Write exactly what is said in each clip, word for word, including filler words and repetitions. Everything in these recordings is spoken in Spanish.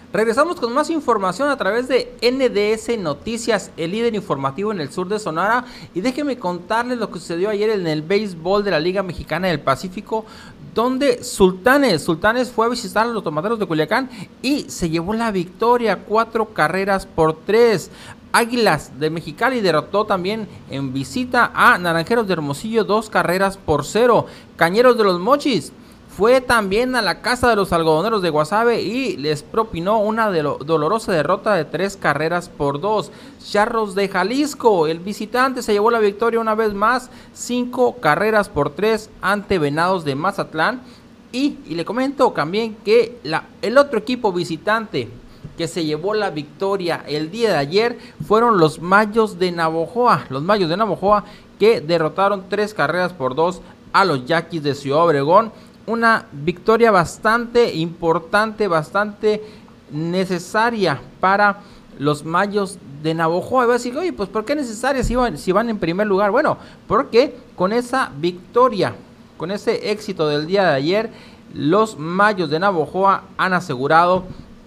Regresamos con más información a través de N D S Noticias, el líder informativo en el sur de Sonora. Y déjenme contarles lo que sucedió ayer en el béisbol de la Liga Mexicana del Pacífico, donde Sultanes, Sultanes fue a visitar a los Tomateros de Culiacán y se llevó la victoria, cuatro carreras por tres. Águilas de Mexicali derrotó también en visita a Naranjeros de Hermosillo, dos carreras por cero. Cañeros de los Mochis fue también a la casa de los algodoneros de Guasave y les propinó una de lo, dolorosa derrota de tres carreras por dos. Charros de Jalisco, el visitante se llevó la victoria una vez más, cinco carreras por tres ante Venados de Mazatlán. Y, y le comento también que la, el otro equipo visitante que se llevó la victoria el día de ayer fueron los Mayos de Navojoa, los Mayos de Navojoa que derrotaron tres carreras por dos a los Yaquis de Ciudad Obregón. Una victoria bastante importante, bastante necesaria para los Mayos de Navojoa. Y va a decir, oye, pues ¿por qué necesaria si van, si van en primer lugar? Bueno, porque con esa victoria, con ese éxito del día de ayer, los Mayos de Navojoa han asegurado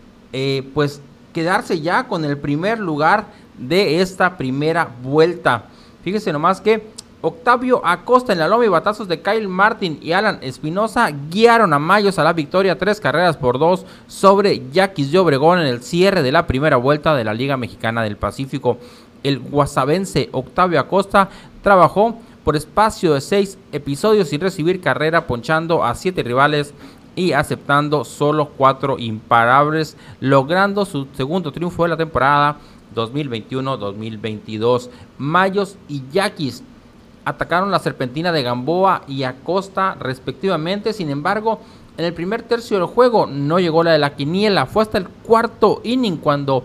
eh, pues quedarse ya con el primer lugar de esta primera vuelta. Fíjese nomás que Octavio Acosta en la loma y batazos de Kyle Martin y Alan Espinosa guiaron a Mayos a la victoria, tres carreras por dos sobre Yaquis de Obregón en el cierre de la primera vuelta de la Liga Mexicana del Pacífico. El guasavense Octavio Acosta trabajó por espacio de seis episodios sin recibir carrera, ponchando a siete rivales y aceptando solo cuatro imparables, logrando su segundo triunfo de la temporada dos mil veintiuno dos mil veintidós. Mayos y Yaquis atacaron la serpentina de Gamboa y Acosta respectivamente. Sin embargo, en el primer tercio del juego no llegó la de la quiniela. Fue hasta el cuarto inning cuando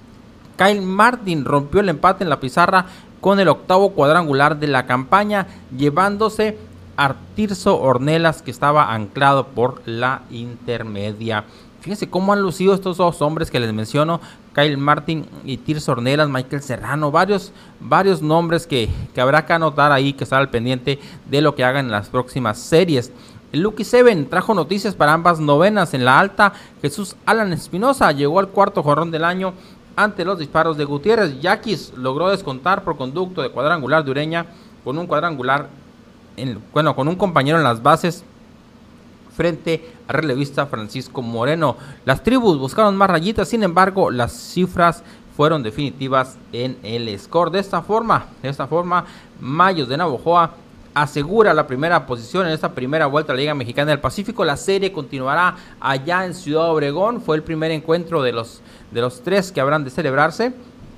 Kyle Martin rompió el empate en la pizarra con el octavo cuadrangular de la campaña, llevándose a Tirso Ornelas, que estaba anclado por la intermedia. Fíjense cómo han lucido estos dos hombres que les menciono, Kyle Martin y Tirso Ornelas, Michael Serrano, varios, varios nombres que, que habrá que anotar ahí, que estar al pendiente de lo que hagan en las próximas series. El Lucky Seven trajo noticias para ambas novenas. En la alta, Jesús Alan Espinosa llegó al cuarto jonrón del año ante los disparos de Gutiérrez. Yaquis logró descontar por conducto de cuadrangular de Ureña con un cuadrangular, en, bueno, con un compañero en las bases frente al relevista Francisco Moreno. Las tribus buscaron más rayitas, sin embargo, las cifras fueron definitivas en el score. De esta forma, de esta forma, Mayos de Navojoa asegura la primera posición en esta primera vuelta a la Liga Mexicana del Pacífico. La serie continuará allá en Ciudad Obregón. Fue el primer encuentro de los, de los tres que habrán de celebrarse.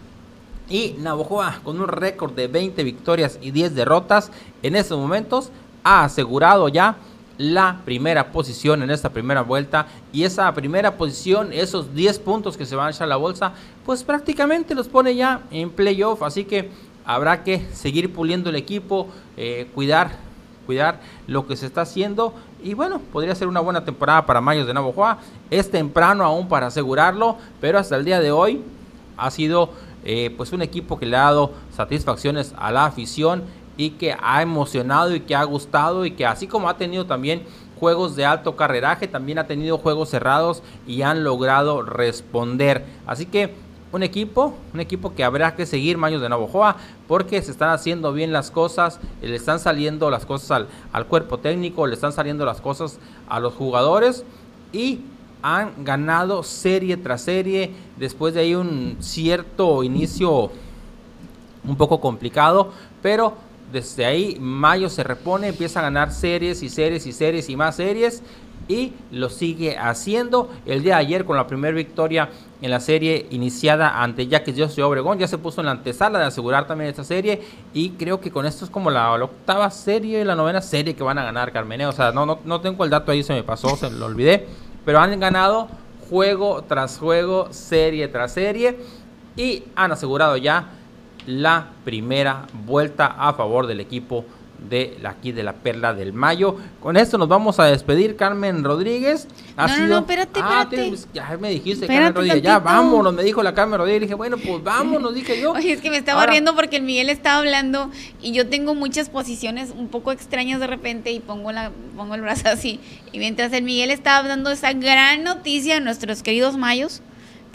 Y Navojoa, con un récord de veinte victorias y diez derrotas, en estos momentos ha asegurado ya la primera posición en esta primera vuelta. Y esa primera posición, esos diez puntos que se van a echar a la bolsa, pues prácticamente los pone ya en playoff. Así que habrá que seguir puliendo el equipo, eh, cuidar, cuidar lo que se está haciendo. Y bueno, podría ser una buena temporada para Mayos de Navojoa. Es temprano aún para asegurarlo, pero hasta el día de hoy ha sido eh, pues un equipo que le ha dado satisfacciones a la afición y que ha emocionado y que ha gustado, y que así como ha tenido también juegos de alto carreraje, también ha tenido juegos cerrados y han logrado responder. Así que un equipo, un equipo que habrá que seguir, Mayos de Navojoa, porque se están haciendo bien las cosas, le están saliendo las cosas al, al cuerpo técnico, le están saliendo las cosas a los jugadores y han ganado serie tras serie. Después de ahí un cierto inicio un poco complicado, pero desde ahí Mayo se repone, empieza a ganar series y series y series y más series, y lo sigue haciendo. El día de ayer, con la primera victoria en la serie iniciada ante Yaquis de Ciudad Obregón, ya se puso en la antesala de asegurar también esta serie, y creo que con esto es como la, la octava serie y la novena serie que van a ganar, Carmen. O sea, no, no, no tengo el dato ahí, se me pasó, se lo olvidé, pero han ganado juego tras juego, serie tras serie, y han asegurado ya la primera vuelta a favor del equipo de la, aquí de la Perla del Mayo. Con esto nos vamos a despedir, Carmen Rodríguez. Ha no, sido... no, no, espérate, ah, espérate. Tienes... Ya me dijiste, espérate, Carmen Rodríguez, tantito. ya vámonos, me dijo la Carmen Rodríguez. Dije, bueno, pues vámonos, dije yo. Oye, es que me estaba Ahora... riendo porque el Miguel estaba hablando y yo tengo muchas posiciones un poco extrañas de repente y pongo, la, pongo el brazo así. Y mientras el Miguel estaba dando esa gran noticia a nuestros queridos Mayos,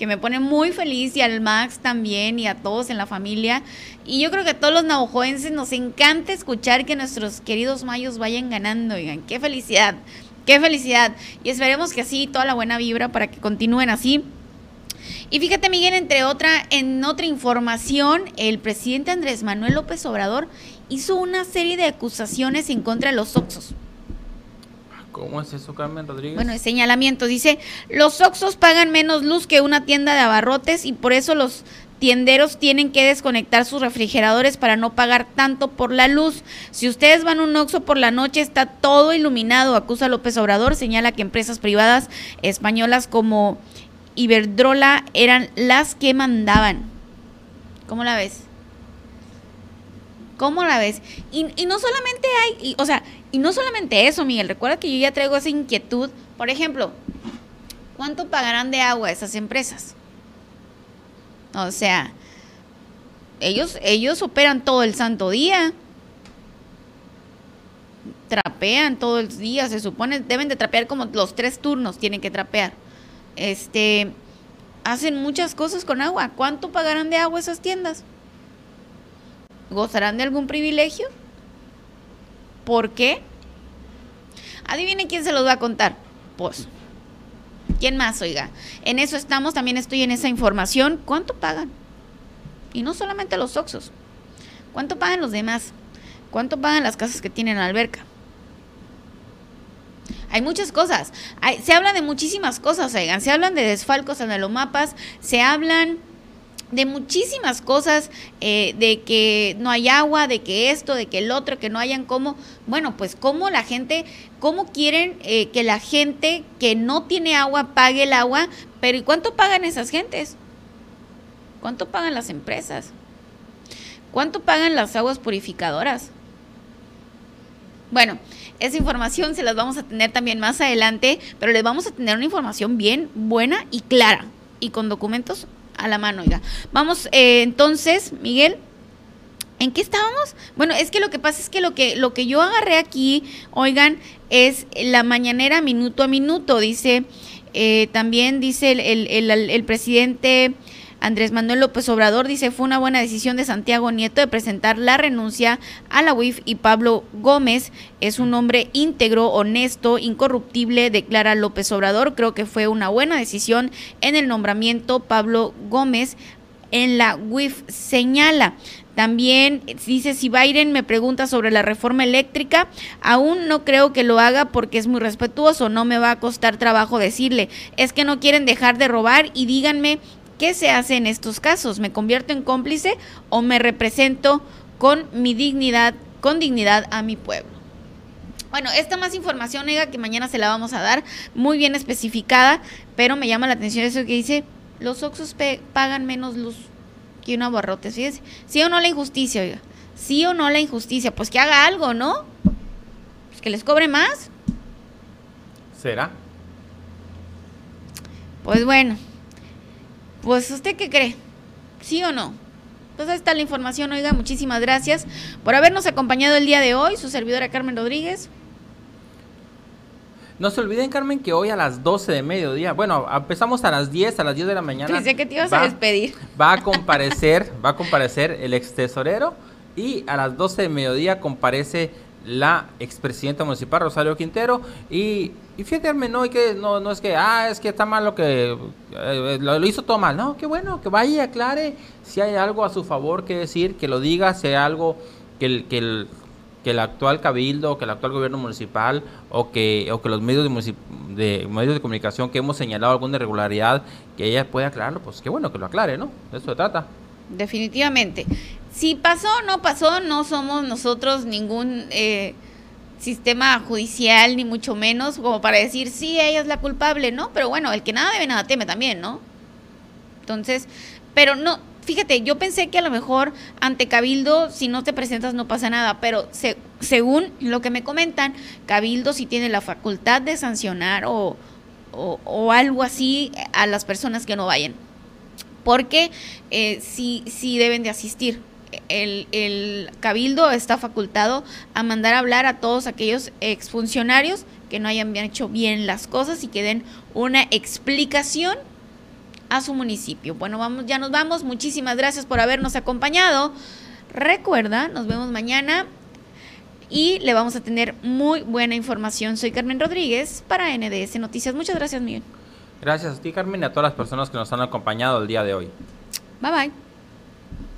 que me pone muy feliz, y al Max también, y a todos en la familia. Y yo creo que a todos los navajoenses nos encanta escuchar que nuestros queridos mayos vayan ganando. Oigan, qué felicidad, qué felicidad. Y esperemos que así, toda la buena vibra para que continúen así. Y fíjate, Miguel, entre otra, en otra información, el presidente Andrés Manuel López Obrador hizo una serie de acusaciones en contra de los Oxxos. ¿Cómo es eso, Carmen Rodríguez? Bueno, el señalamiento dice, los Oxxos pagan menos luz que una tienda de abarrotes y por eso los tienderos tienen que desconectar sus refrigeradores para no pagar tanto por la luz. Si ustedes van a un Oxxo por la noche, está todo iluminado, acusa López Obrador. Señala que empresas privadas españolas como Iberdrola eran las que mandaban. ¿Cómo la ves? ¿Cómo la ves? Y, y no solamente hay, y, o sea, y no solamente eso, Miguel, recuerda que yo ya traigo esa inquietud. Por ejemplo, ¿cuánto pagarán de agua esas empresas? O sea, ellos, ellos operan todo el santo día. Trapean todo el día, se supone, deben de trapear como los tres turnos, tienen que trapear. Este, hacen muchas cosas con agua. ¿Cuánto pagarán de agua esas tiendas? ¿Gozarán de algún privilegio? ¿Por qué? Adivinen quién se los va a contar. Pues, ¿quién más, oiga? En eso estamos, también estoy en esa información. ¿Cuánto pagan? Y no solamente los Oxxos. ¿Cuánto pagan los demás? ¿Cuánto pagan las casas que tienen alberca? Hay muchas cosas. Hay, se habla de muchísimas cosas, oigan. Se hablan de desfalcos anhelomapas, se hablan de muchísimas cosas, eh, de que no hay agua, de que esto, de que el otro, que no hayan cómo. Bueno, pues cómo la gente, cómo quieren eh, que la gente que no tiene agua pague el agua, pero ¿y cuánto pagan esas gentes? ¿Cuánto pagan las empresas? ¿Cuánto pagan las aguas purificadoras? Bueno, esa información se las vamos a tener también más adelante, pero les vamos a tener una información bien buena y clara, y con documentos a la mano, oiga. Vamos, eh, entonces, Miguel, ¿en qué estábamos? Bueno, es que lo que pasa es que lo que lo que yo agarré aquí, oigan, es la mañanera minuto a minuto. Dice, eh, también dice el, el, el, el presidente Andrés Manuel López Obrador, dice, fue una buena decisión de Santiago Nieto de presentar la renuncia a la U I F, y Pablo Gómez es un hombre íntegro, honesto, incorruptible, declara López Obrador. Creo que fue una buena decisión en el nombramiento Pablo Gómez en la U I F, señala. También dice, si Biden me pregunta sobre la reforma eléctrica, aún no creo que lo haga porque es muy respetuoso, no me va a costar trabajo decirle, es que no quieren dejar de robar y díganme, ¿qué se hace en estos casos? ¿Me convierto en cómplice o me represento con mi dignidad, con dignidad a mi pueblo? Bueno, esta más información, oiga, que mañana se la vamos a dar, muy bien especificada, pero me llama la atención eso que dice, los Oxxos pagan menos luz que un abarrotes, fíjese. ¿Sí o no la injusticia, oiga? ¿Sí o no la injusticia? Pues que haga algo, ¿no? Pues que les cobre más. ¿Será? Pues bueno. Pues, ¿usted qué cree? ¿Sí o no? Pues ahí está la información, oiga, muchísimas gracias por habernos acompañado el día de hoy, su servidora Carmen Rodríguez. No se olviden, Carmen, que hoy a las doce de mediodía, bueno, empezamos a las diez, a las diez de la mañana. Pensé que te ibas va, a despedir. Va a comparecer, va a comparecer el ex tesorero, y a las doce de mediodía comparece la expresidenta municipal Rosario Quintero. Y, y fíjate, Carmen, no, que, no, no es que, ah, es que está mal lo que, eh, lo, lo hizo todo mal. No, qué bueno, que vaya y aclare si hay algo a su favor que decir, que lo diga, si hay algo que el, que el, que el actual cabildo, que el actual gobierno municipal o que, o que los medios de, de medios de comunicación que hemos señalado alguna irregularidad, que ella pueda aclararlo, pues qué bueno que lo aclare, ¿no? De eso se trata. Definitivamente. Si pasó o no pasó, no somos nosotros ningún eh, sistema judicial, ni mucho menos, como para decir, sí, ella es la culpable, ¿no? Pero bueno, el que nada debe, nada teme también, ¿no? Entonces, pero no, fíjate, yo pensé que a lo mejor ante Cabildo, si no te presentas no pasa nada, pero se, según lo que me comentan, Cabildo sí tiene la facultad de sancionar o, o, o algo así a las personas que no vayan, porque eh, sí, sí deben de asistir. El, el Cabildo está facultado a mandar a hablar a todos aquellos exfuncionarios que no hayan hecho bien las cosas y que den una explicación a su municipio. Bueno, vamos, ya nos vamos. Muchísimas gracias por habernos acompañado. Recuerda, nos vemos mañana y le vamos a tener muy buena información. Soy Carmen Rodríguez para N D S Noticias. Muchas gracias, Miguel. Gracias a ti, Carmen, y a todas las personas que nos han acompañado el día de hoy. Bye, bye.